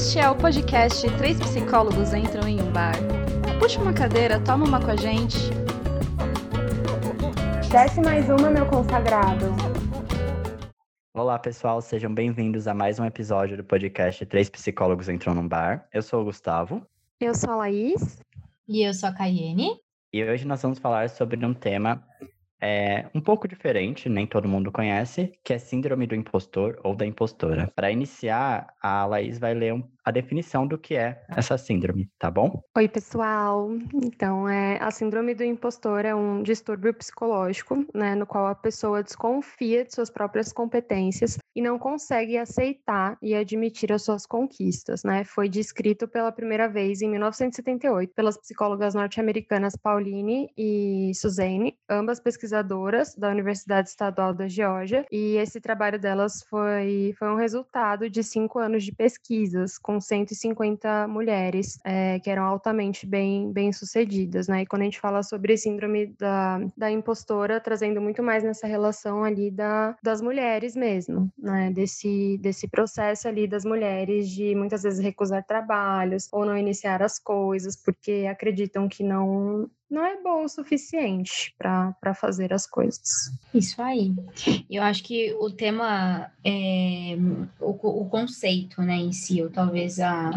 Este é o podcast Três Psicólogos Entram em um Bar. Puxa uma cadeira, toma uma com a gente. Desce mais uma, meu consagrado. Olá, pessoal, sejam bem-vindos a mais um episódio do podcast Três Psicólogos Entram num Bar. Eu sou o Gustavo. Eu sou a Laís. E eu sou a Caiene. E hoje nós vamos falar sobre um tema um pouco diferente, nem todo mundo conhece, que é Síndrome do Impostor ou da Impostora. Para iniciar, a Laís vai ler a definição do que é essa síndrome, tá bom? Oi, pessoal. Então, a síndrome do impostor é um distúrbio psicológico, né, no qual a pessoa desconfia de suas próprias competências e não consegue aceitar e admitir as suas conquistas, né? Foi descrito pela primeira vez em 1978 pelas psicólogas norte-americanas Pauline e Suzanne, ambas pesquisadoras da Universidade Estadual da Geórgia, e esse trabalho delas foi um resultado de 5 anos de pesquisas com 150 mulheres que eram altamente bem-sucedidas, né? E quando a gente fala sobre síndrome da impostora, trazendo muito mais nessa relação ali das mulheres mesmo, né? Desse processo ali das mulheres de muitas vezes recusar trabalhos ou não iniciar as coisas porque acreditam que não é bom o suficiente para fazer as coisas. Isso aí. Eu acho que o tema é o conceito, né, em si, ou talvez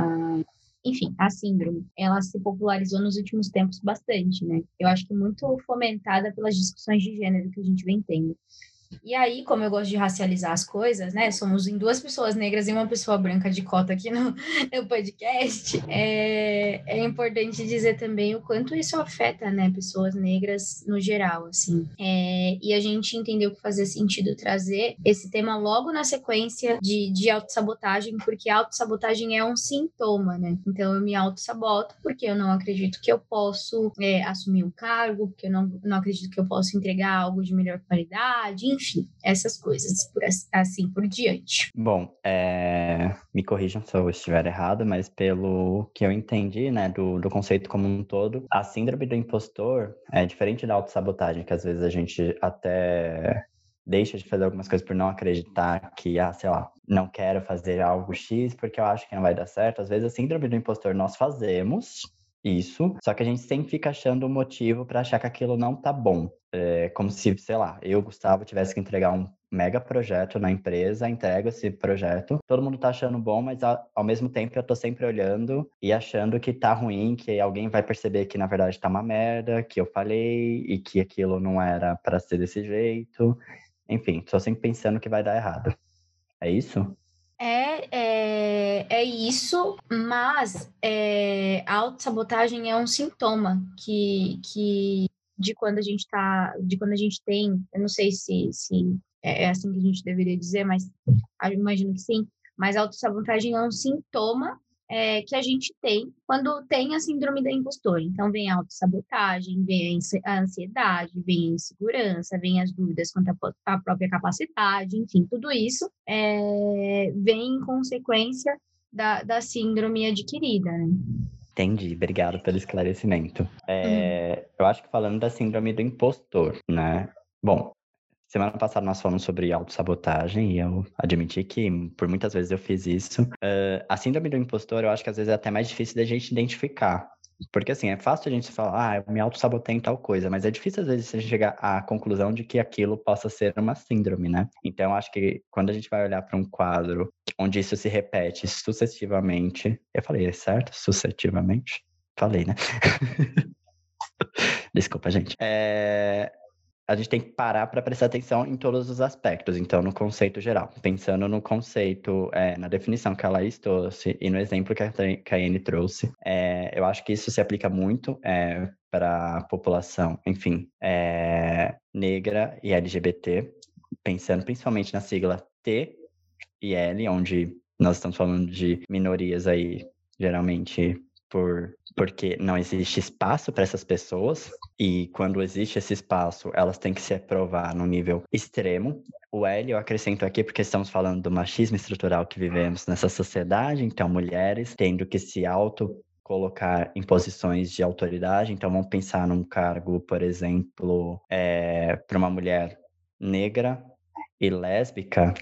enfim, a síndrome, ela se popularizou nos últimos tempos bastante, né? Eu acho que muito fomentada pelas discussões de gênero que a gente vem tendo. E aí, como eu gosto de racializar as coisas, né? Somos em 2 pessoas negras e uma pessoa branca de cota aqui no podcast. É importante dizer também o quanto isso afeta, né? Pessoas negras no geral, assim. E a gente entendeu que fazia sentido trazer esse tema logo na sequência de autossabotagem, porque a autossabotagem é um sintoma, né? Então, eu me autossaboto porque eu não acredito que eu posso assumir um cargo, porque eu não acredito que eu posso entregar algo de melhor qualidade, enfim, essas coisas, assim por diante. Bom, me corrijam se eu estiver errado, mas pelo que eu entendi, né, do conceito como um todo, a síndrome do impostor é diferente da autossabotagem, que às vezes a gente até deixa de fazer algumas coisas por não acreditar que, sei lá, não quero fazer algo X porque eu acho que não vai dar certo. Às vezes a síndrome do impostor nós fazemos isso, só que a gente sempre fica achando um motivo para achar que aquilo não tá bom. É como se, sei lá, eu, Gustavo, tivesse que entregar um mega projeto na empresa, entrego esse projeto, todo mundo tá achando bom, mas ao mesmo tempo eu tô sempre olhando e achando que tá ruim, que alguém vai perceber que na verdade tá uma merda, que eu falei e que aquilo não era para ser desse jeito. Enfim, tô sempre pensando que vai dar errado. É isso? É isso, mas a autossabotagem é um sintoma que de quando a gente tem, eu não sei se é assim que a gente deveria dizer, mas eu imagino que sim, mas a autossabotagem é um sintoma que a gente tem quando tem a síndrome da impostora. Então, vem a autossabotagem, vem a ansiedade, vem a insegurança, vem as dúvidas quanto à própria capacidade, enfim, tudo isso vem em consequência da síndrome adquirida, né? Entendi, obrigado pelo esclarecimento. Eu acho que falando da síndrome do impostor, né? Bom, semana passada nós falamos sobre autossabotagem e eu admiti que por muitas vezes eu fiz isso. A síndrome do impostor, eu acho que às vezes é até mais difícil da gente identificar. Porque assim, é fácil a gente falar, eu me autossabotei em tal coisa, mas é difícil às vezes a gente chegar à conclusão de que aquilo possa ser uma síndrome, né? Então, eu acho que quando a gente vai olhar para um quadro onde isso se repete sucessivamente... Eu falei, certo? Sucessivamente? Falei, né? Desculpa, gente. A gente tem que parar para prestar atenção em todos os aspectos, então no conceito geral. Pensando no conceito, na definição que a Laís trouxe e no exemplo que a Caiene trouxe, eu acho que isso se aplica muito para a população, enfim, negra e LGBT, pensando principalmente na sigla T e L, onde nós estamos falando de minorias aí, geralmente porque não existe espaço para essas pessoas, e quando existe esse espaço, elas têm que se aprovar num nível extremo. O L eu acrescento aqui porque estamos falando do machismo estrutural que vivemos nessa sociedade, então mulheres tendo que se colocar em posições de autoridade. Então vamos pensar num cargo, por exemplo, para uma mulher negra e lésbica,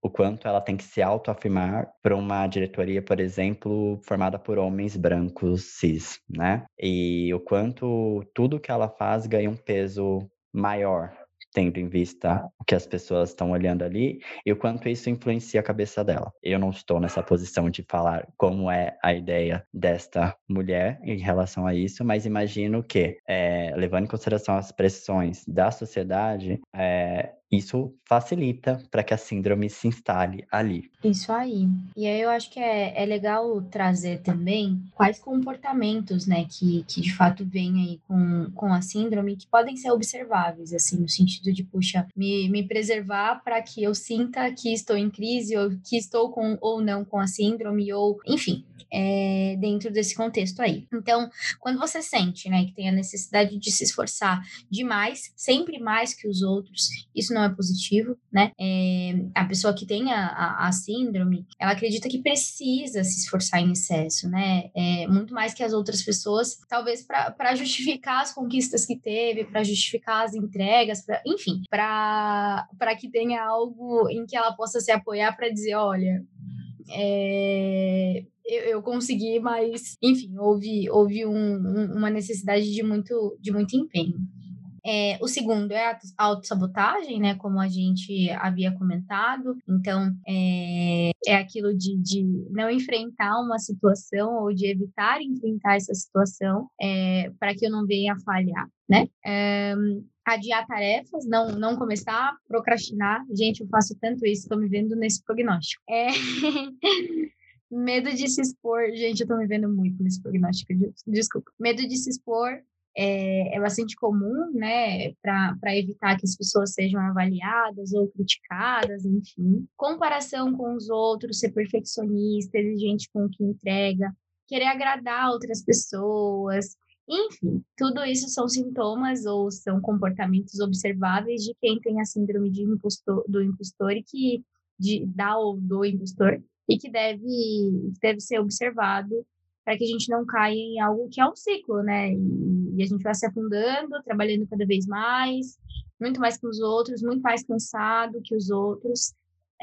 o quanto ela tem que se autoafirmar para uma diretoria, por exemplo, formada por homens brancos cis, né? E o quanto tudo que ela faz ganha um peso maior, tendo em vista o que as pessoas estão olhando ali e o quanto isso influencia a cabeça dela. Eu não estou nessa posição de falar como é a ideia desta mulher em relação a isso, mas imagino que, levando em consideração as pressões da sociedade, isso facilita para que a síndrome se instale ali. Isso aí. E aí eu acho que é legal trazer também quais comportamentos, né, que de fato vêm aí com a síndrome que podem ser observáveis, assim, no sentido de, puxa, me preservar para que eu sinta que estou em crise ou que estou com ou não com a síndrome, ou, enfim, dentro desse contexto aí. Então, quando você sente, né, que tem a necessidade de se esforçar demais, sempre mais que os outros, isso não é positivo, né? A pessoa que tem a síndrome, ela acredita que precisa se esforçar em excesso, né? Muito mais que as outras pessoas, talvez para justificar as conquistas que teve, para justificar as entregas, enfim, para que tenha algo em que ela possa se apoiar para dizer, olha, eu consegui, mas, enfim, houve uma necessidade de muito empenho. O segundo é a autossabotagem, né, como a gente havia comentado. Então, é aquilo de não enfrentar uma situação ou de evitar enfrentar essa situação para que eu não venha a falhar, né? Adiar tarefas, não começar, procrastinar. Gente, eu faço tanto isso, estou me vendo nesse prognóstico. Medo de se expor. Gente, eu tô me vendo muito nesse prognóstico, desculpa. Medo de se expor é bastante comum, né, para evitar que as pessoas sejam avaliadas ou criticadas, enfim. Comparação com os outros, ser perfeccionista, exigente com o que entrega, querer agradar outras pessoas. Enfim, tudo isso são sintomas ou são comportamentos observáveis de quem tem a síndrome do impostor e que do impostor, e que deve ser observado para que a gente não caia em algo que é um ciclo, né? E a gente vai se afundando, trabalhando cada vez mais, muito mais que os outros, muito mais cansado que os outros,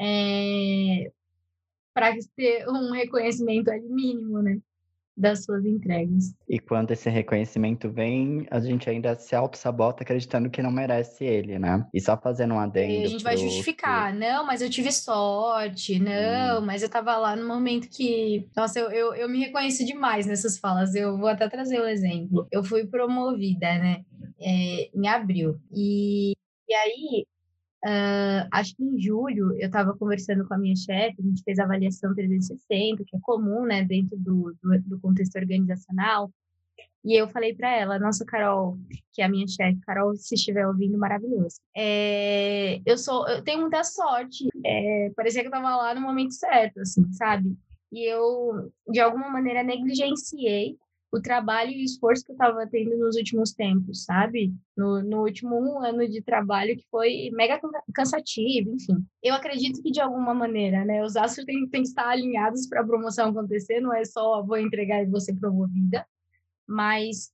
para ter um reconhecimento ali mínimo, né, das suas entregas. E quando esse reconhecimento vem, a gente ainda se auto-sabota acreditando que não merece ele, né? E só fazendo um adendo. E a gente vai justificar, não, mas eu tive sorte, não, mas eu tava lá no momento que. Nossa, eu me reconheço demais nessas falas. Eu vou até trazer um exemplo. Eu fui promovida, né, em abril. E aí, acho que em julho, eu estava conversando com a minha chefe, a gente fez a avaliação 360, que é comum, né, dentro do contexto organizacional, e eu falei para ela, nossa, Carol, que é a minha chefe, Carol, se estiver ouvindo, maravilhoso. Eu tenho muita sorte, parecia que eu estava lá no momento certo, assim, sabe? E eu, de alguma maneira, negligenciei o trabalho e o esforço que eu estava tendo nos últimos tempos, sabe? No último 1 ano de trabalho, que foi mega cansativo, enfim. Eu acredito que, de alguma maneira, né, os astros têm que estar alinhados para a promoção acontecer, não é só vou entregar e vou ser promovida, mas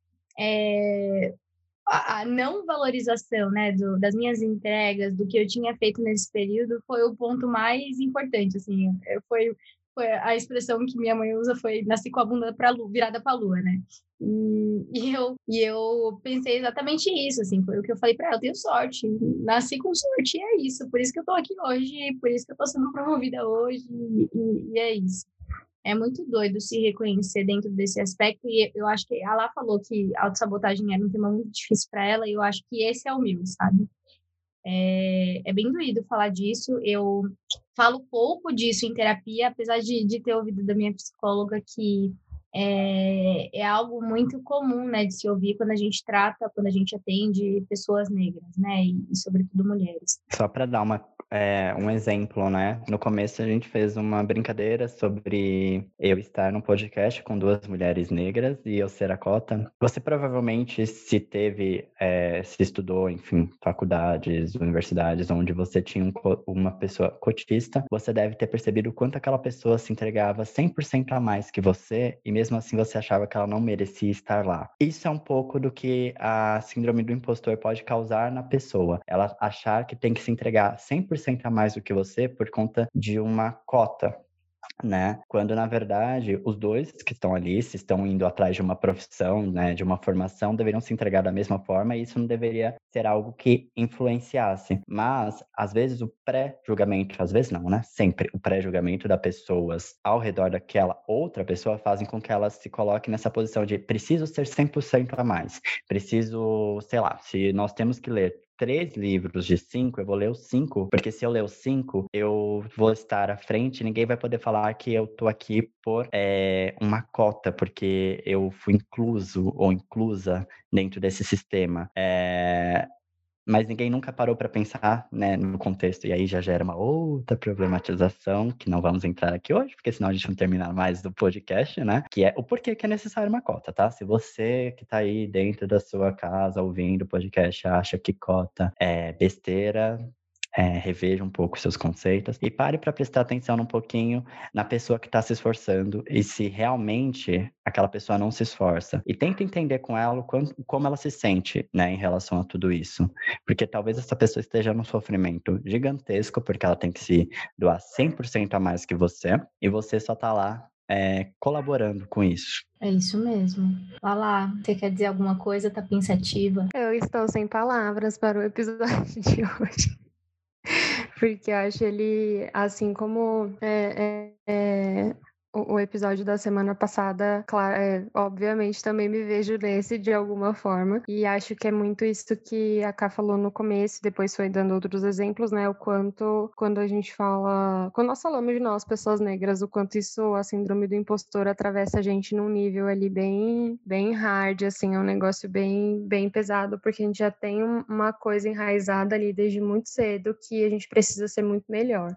a não valorização, né, das minhas entregas, do que eu tinha feito nesse período, foi o ponto mais importante, assim, foi a expressão que minha mãe usa, foi nasci com a bunda virada para a lua, né? E eu pensei exatamente isso, assim, foi o que eu falei para ela, eu tenho sorte, nasci com sorte, e é isso, por isso que eu tô aqui hoje, por isso que eu tô sendo promovida hoje, e é isso. É muito doido se reconhecer dentro desse aspecto, e eu acho que a Lá falou que a autossabotagem era um tema muito difícil para ela, e eu acho que esse é o meu, sabe? É bem doído falar disso. Eu falo pouco disso em terapia, apesar de ter ouvido da minha psicóloga que é algo muito comum, né, de se ouvir quando a gente atende pessoas negras, né, e sobretudo mulheres. Só para dar um exemplo, né? No começo a gente fez uma brincadeira sobre eu estar num podcast com 2 mulheres negras e eu ser a cota. Você provavelmente, se estudou, enfim, faculdades, universidades, onde você tinha uma pessoa cotista, você deve ter percebido o quanto aquela pessoa se entregava 100% a mais que você, e mesmo assim você achava que ela não merecia estar lá. Isso é um pouco do que a síndrome do impostor pode causar na pessoa. Ela achar que tem que se entregar 100% 100% a mais do que você por conta de uma cota, né? Quando, na verdade, os dois que estão ali, se estão indo atrás de uma profissão, né, de uma formação, deveriam se entregar da mesma forma e isso não deveria ser algo que influenciasse. Mas, às vezes, o pré-julgamento, às vezes não, né? Sempre o pré-julgamento das pessoas ao redor daquela outra pessoa fazem com que ela se coloque nessa posição de preciso ser 100% a mais. Preciso, sei lá, se nós temos que ler 3 livros de 5, eu vou ler os 5, porque se eu ler os 5, eu vou estar à frente e ninguém vai poder falar que eu tô aqui por uma cota, porque eu fui incluso ou inclusa dentro desse sistema. Mas ninguém nunca parou para pensar, né, no contexto, e aí já gera uma outra problematização, que não vamos entrar aqui hoje, porque senão a gente não termina mais do podcast, né, que é o porquê que é necessário uma cota, tá? Se você que tá aí dentro da sua casa ouvindo o podcast acha que cota é besteira, reveja um pouco seus conceitos e pare para prestar atenção um pouquinho na pessoa que está se esforçando e se realmente aquela pessoa não se esforça. E tenta entender com ela como ela se sente, né, em relação a tudo isso. Porque talvez essa pessoa esteja num sofrimento gigantesco, porque ela tem que se doar 100% a mais que você, e você só tá lá colaborando com isso. É isso mesmo. Vai lá, você quer dizer alguma coisa? Tá pensativa? Eu estou sem palavras para o episódio de hoje. Porque eu acho ele, assim como o episódio da semana passada, claro, obviamente também me vejo nesse de alguma forma. E acho que é muito isso que a Ká falou no começo, depois foi dando outros exemplos, né? O quanto, quando a gente fala. Quando nós falamos de nós, pessoas negras, o quanto isso, a síndrome do impostor, atravessa a gente num nível ali bem, bem hard, assim, é um negócio bem, bem pesado, porque a gente já tem uma coisa enraizada ali desde muito cedo que a gente precisa ser muito melhor.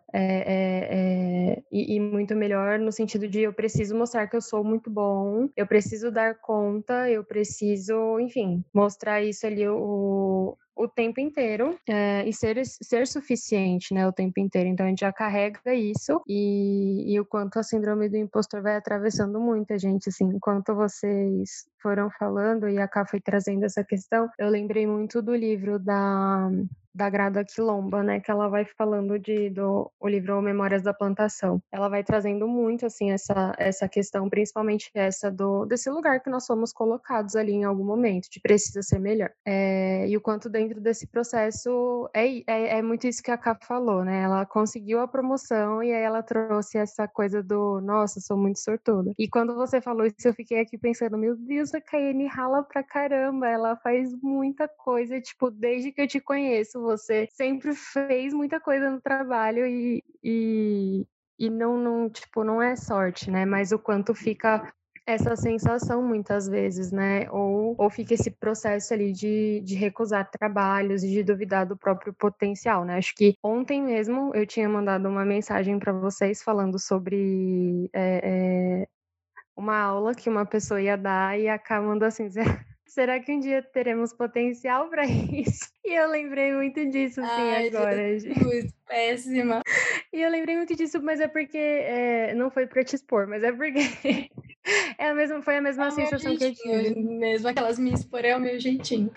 E muito melhor no sentido de eu preciso mostrar que eu sou muito bom, eu preciso dar conta, eu preciso, enfim, mostrar isso ali o tempo inteiro e ser suficiente, né, o tempo inteiro. Então a gente já carrega isso e o quanto a síndrome do impostor vai atravessando muita gente, assim, enquanto vocês foram falando e a Ká foi trazendo essa questão, eu lembrei muito do livro da Grada Quilomba, né, que ela vai falando o livro Memórias da Plantação. Ela vai trazendo muito, assim, essa questão, principalmente desse lugar que nós somos colocados ali em algum momento, de precisa ser melhor. E o quanto dentro desse processo é muito isso que a Ká falou, né, ela conseguiu a promoção e aí ela trouxe essa coisa do, nossa, sou muito sortuda. E quando você falou isso, eu fiquei aqui pensando, meu Deus, a Caiane rala pra caramba, ela faz muita coisa, tipo, desde que eu te conheço, você sempre fez muita coisa no trabalho e não, tipo, não é sorte, né? Mas o quanto fica essa sensação muitas vezes, né? Ou fica esse processo ali de recusar trabalhos e de duvidar do próprio potencial, né? Acho que ontem mesmo eu tinha mandado uma mensagem para vocês falando sobre uma aula que uma pessoa ia dar e a Ká mandou assim, será que um dia teremos potencial para isso? E eu lembrei muito disso, assim, agora. Jesus, péssima. E eu lembrei muito disso, mas é porque não foi para te expor, mas é porque foi a mesma sensação que eu tive. Mesmo aquelas me expor é o meu jeitinho.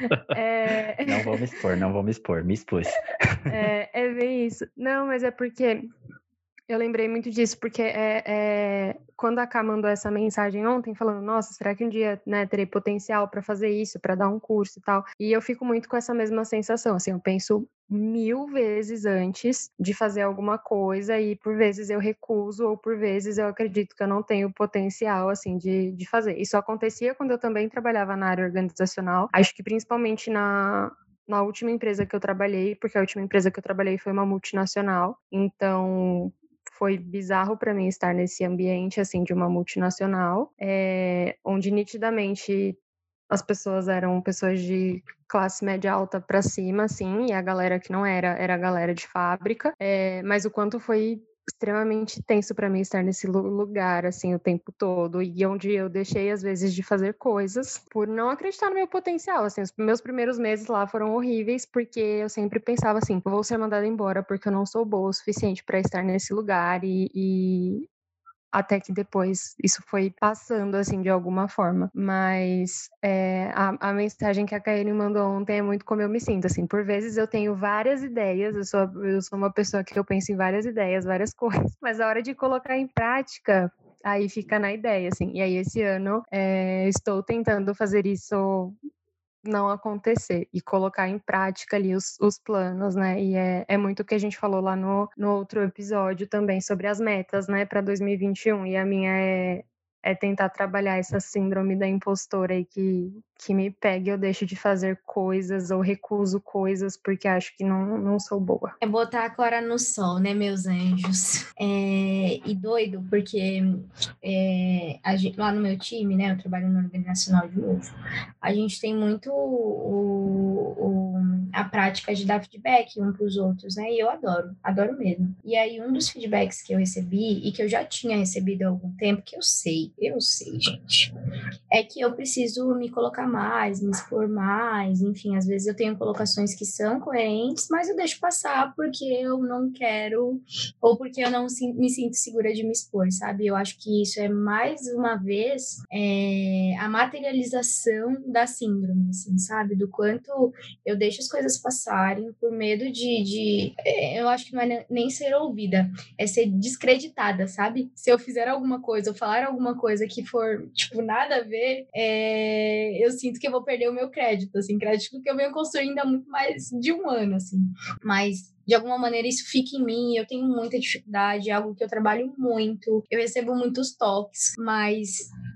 Não vou me expor, me expus. É bem isso. Não, mas é porque eu lembrei muito disso, porque quando a Ká mandou essa mensagem ontem, falando, nossa, será que um dia, né, terei potencial para fazer isso, para dar um curso e tal? E eu fico muito com essa mesma sensação, assim, eu penso 1000 vezes antes de fazer alguma coisa e por vezes eu recuso ou por vezes eu acredito que eu não tenho potencial, assim, de fazer. Isso acontecia quando eu também trabalhava na área organizacional, acho que principalmente na última empresa que eu trabalhei, porque a última empresa que eu trabalhei foi uma multinacional, então foi bizarro para mim estar nesse ambiente, assim, de uma multinacional, onde nitidamente as pessoas eram pessoas de classe média alta para cima, assim, e a galera que não era a galera de fábrica, mas o quanto foi extremamente tenso para mim estar nesse lugar, assim, o tempo todo, e onde eu deixei, às vezes, de fazer coisas por não acreditar no meu potencial, assim, os meus primeiros meses lá foram horríveis, porque eu sempre pensava assim, vou ser mandada embora porque eu não sou boa o suficiente para estar nesse lugar, e até que depois isso foi passando, assim, de alguma forma. Mas a mensagem que a Kaiane mandou ontem é muito como eu me sinto, assim. Por vezes eu tenho várias ideias, eu sou uma pessoa que eu penso em várias ideias, várias coisas, mas a hora de colocar em prática, aí fica na ideia, assim. E aí esse ano estou tentando fazer isso não acontecer e colocar em prática ali os planos, né? E é muito o que a gente falou lá no outro episódio também sobre as metas, né, para 2021. E a minha é tentar trabalhar essa síndrome da impostora aí que me pega e eu deixo de fazer coisas ou recuso coisas porque acho que não sou boa. É botar a Clara no sol, né, meus anjos? E doido, porque lá no meu time, né, eu trabalho no organizacional de novo, a gente tem muito a prática de dar feedback um para os outros, né, e eu adoro mesmo. E aí, um dos feedbacks que eu recebi, e que eu já tinha recebido há algum tempo, que eu sei, gente, é que eu preciso me colocar mais, me expor mais, enfim, às vezes eu tenho colocações que são coerentes, mas eu deixo passar porque eu não quero, ou porque eu não me sinto segura de me expor, sabe? Eu acho que isso é, mais uma vez, a materialização da síndrome, assim, sabe? Do quanto eu deixo as coisas passarem por medo eu acho que não é nem ser ouvida, é ser descreditada, sabe? Se eu fizer alguma coisa ou falar alguma coisa que for, tipo, nada a ver, eu sinto que eu vou perder o meu crédito, assim, crédito que eu venho construindo há muito mais de um ano, assim. Mas, de alguma maneira, isso fica em mim, eu tenho muita dificuldade, é algo que eu trabalho muito, eu recebo muitos toques, mas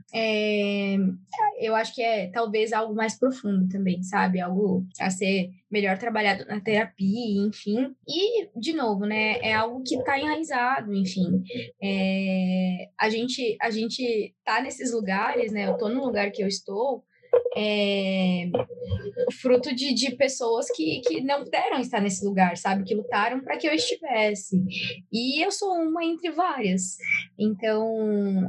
eu acho que é talvez algo mais profundo também, sabe? Algo a ser melhor trabalhado na terapia, enfim. E, de novo, né? É algo que está enraizado, enfim. A gente tá nesses lugares, né? Eu tô no lugar que eu estou, fruto de pessoas que não puderam estar nesse lugar, sabe? Que lutaram para que eu estivesse. E eu sou uma entre várias. Então,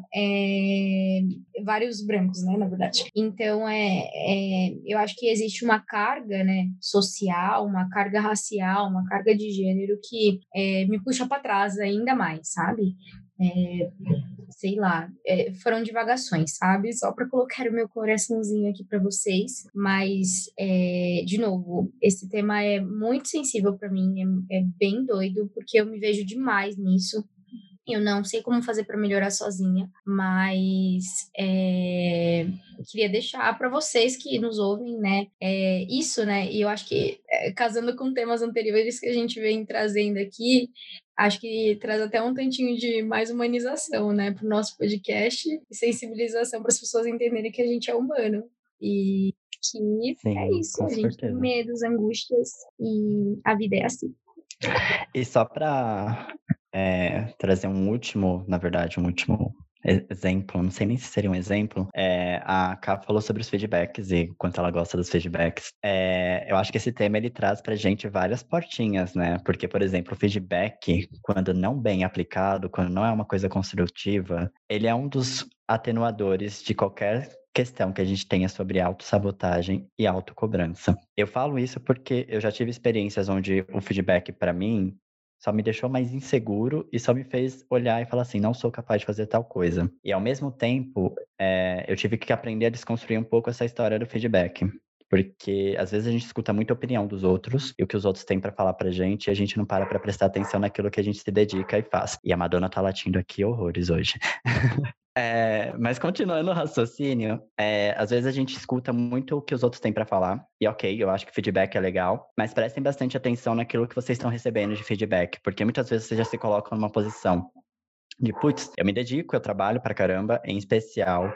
vários brancos, né, na verdade. Então, eu acho que existe uma carga, né, social, uma carga racial, uma carga de gênero que me puxa para trás ainda mais, sabe? Sei lá, foram divagações, sabe? Só para colocar o meu coraçãozinho aqui para vocês, mas, de novo, esse tema é muito sensível para mim, é bem doido, porque eu me vejo demais nisso. Eu não sei como fazer para melhorar sozinha, mas queria deixar para vocês que nos ouvem, né, isso, né, e eu acho que, casando com temas anteriores que a gente vem trazendo aqui, acho que traz até um tantinho de mais humanização, né, para o nosso podcast e sensibilização para as pessoas entenderem que a gente é humano e que Sim, é isso, com a gente tem certeza. medos, angústias e a vida é assim. E só para trazer um último exemplo, não sei nem se seria um exemplo, a Ká falou sobre os feedbacks e quanto ela gosta dos feedbacks. Eu acho que esse tema ele traz pra gente várias portinhas, né? Porque, por exemplo, o feedback, quando não bem aplicado, quando não é uma coisa construtiva, ele é um dos atenuadores de qualquer questão que a gente tenha sobre autossabotagem e autocobrança. Eu falo isso porque eu já tive experiências onde o feedback, para mim, só me deixou mais inseguro e só me fez olhar e falar assim, não sou capaz de fazer tal coisa. E, ao mesmo tempo, eu tive que aprender a desconstruir um pouco essa história do feedback. Porque, às vezes, a gente escuta muita opinião dos outros e o que os outros têm para falar pra gente e a gente não para pra prestar atenção naquilo que a gente se dedica e faz. E a Madonna tá latindo aqui horrores hoje. Mas continuando o raciocínio, às vezes a gente escuta muito o que os outros têm para falar, e ok, eu acho que feedback é legal, mas prestem bastante atenção naquilo que vocês estão recebendo de feedback, porque muitas vezes você já se coloca numa posição de, putz, eu me dedico, eu trabalho pra caramba, em especial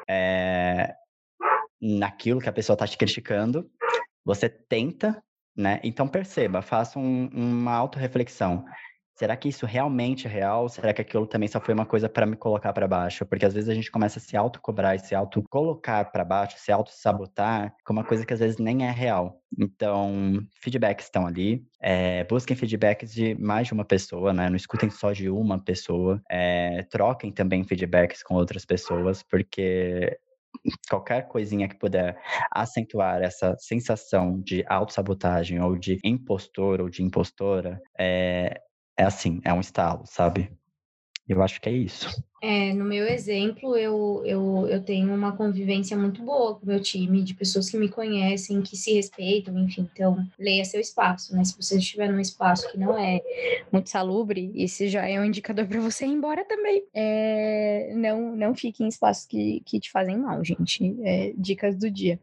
naquilo que a pessoa tá te criticando, você tenta, né? Então perceba, faça uma autorreflexão. Será que isso realmente é real? Será que aquilo também só foi uma coisa para me colocar para baixo? Porque às vezes a gente começa a se autocobrar e se autocolocar para baixo, se auto-sabotar com uma coisa que às vezes nem é real. Então, feedbacks estão ali. Busquem feedbacks de mais de uma pessoa, né? Não escutem só de uma pessoa. Troquem também feedbacks com outras pessoas, porque qualquer coisinha que puder acentuar essa sensação de autossabotagem ou de impostor ou de impostora, assim, é um estalo, sabe? Eu acho que é isso. No meu exemplo, eu tenho uma convivência muito boa com o meu time, de pessoas que me conhecem, que se respeitam, enfim. Então, leia seu espaço, né? Se você estiver num espaço que não é muito salubre, esse já é um indicador para você ir embora também. Não fique em espaços que te fazem mal, gente. Dicas do dia.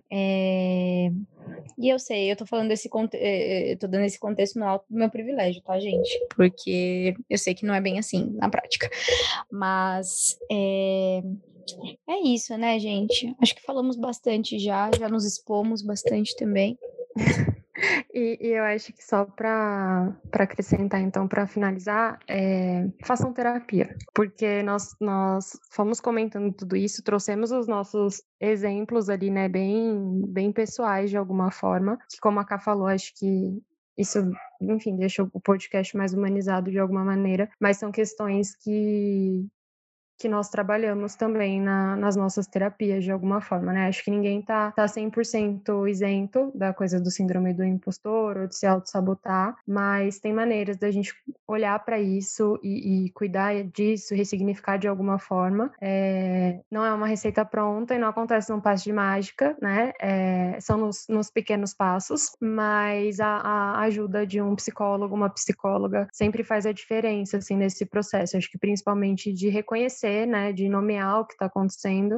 E eu sei, eu tô falando tô dando esse contexto no alto do meu privilégio, tá, gente? Porque eu sei que não é bem assim na prática. Mas é isso, né, gente? Acho que falamos bastante já nos expomos bastante também. E eu acho que só para acrescentar, então, para finalizar, façam terapia, porque nós fomos comentando tudo isso, trouxemos os nossos exemplos ali, né, bem pessoais de alguma forma, que como a Ká falou, acho que isso, enfim, deixa o podcast mais humanizado de alguma maneira, mas são questões que nós trabalhamos também nas nossas terapias, de alguma forma, né? Acho que ninguém tá 100% isento da coisa do síndrome do impostor ou de se auto-sabotar, mas tem maneiras da gente olhar para isso e cuidar disso, ressignificar de alguma forma. Não é uma receita pronta e não acontece num passe de mágica, né? São nos pequenos passos, mas a ajuda de um psicólogo, uma psicóloga, sempre faz a diferença, assim, nesse processo. Acho que principalmente de reconhecer, né, de nomear o que está acontecendo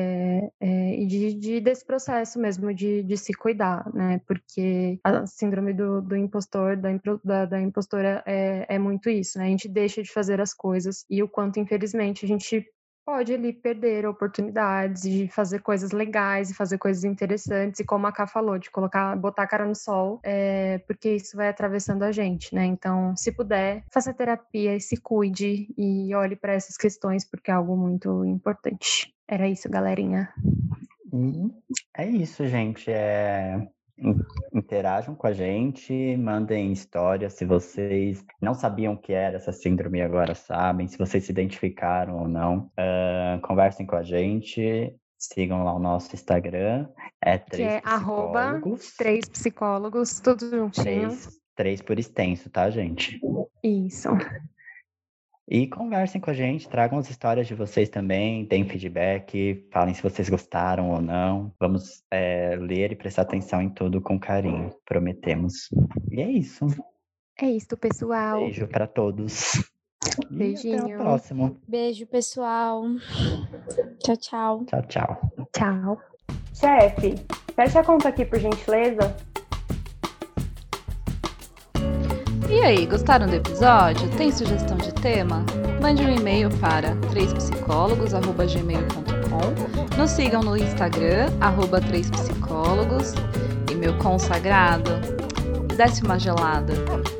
e desse processo mesmo de se cuidar, né, porque a síndrome do impostor, da impostora é muito isso, né, a gente deixa de fazer as coisas e o quanto, infelizmente, a gente pode ali perder oportunidades de fazer coisas legais e fazer coisas interessantes, e como a Ká falou, de botar a cara no sol, porque isso vai atravessando a gente, né? Então, se puder, faça terapia e se cuide e olhe para essas questões, porque é algo muito importante. Era isso, galerinha. É isso, gente. Interajam com a gente, mandem histórias se vocês não sabiam o que era essa síndrome e agora sabem, se vocês se identificaram ou não. Conversem com a gente, sigam lá o nosso Instagram, que é @3psicólogos, tudo juntinho. 3 por extenso, tá, gente? Isso. E conversem com a gente, tragam as histórias de vocês também, deem feedback, falem se vocês gostaram ou não. Vamos ler e prestar atenção em tudo com carinho, prometemos. E é isso. É isso, pessoal. Beijo pra todos. Beijinho. E até o próximo. Beijo, pessoal. Tchau, tchau. Tchau, tchau. Tchau. Chefe, feche a conta aqui, por gentileza. E aí, gostaram do episódio? Tem sugestão de tema? Mande um e-mail para 3psicólogos@gmail.com. Nos sigam no Instagram, @3psicólogos. E meu consagrado, desce uma gelada.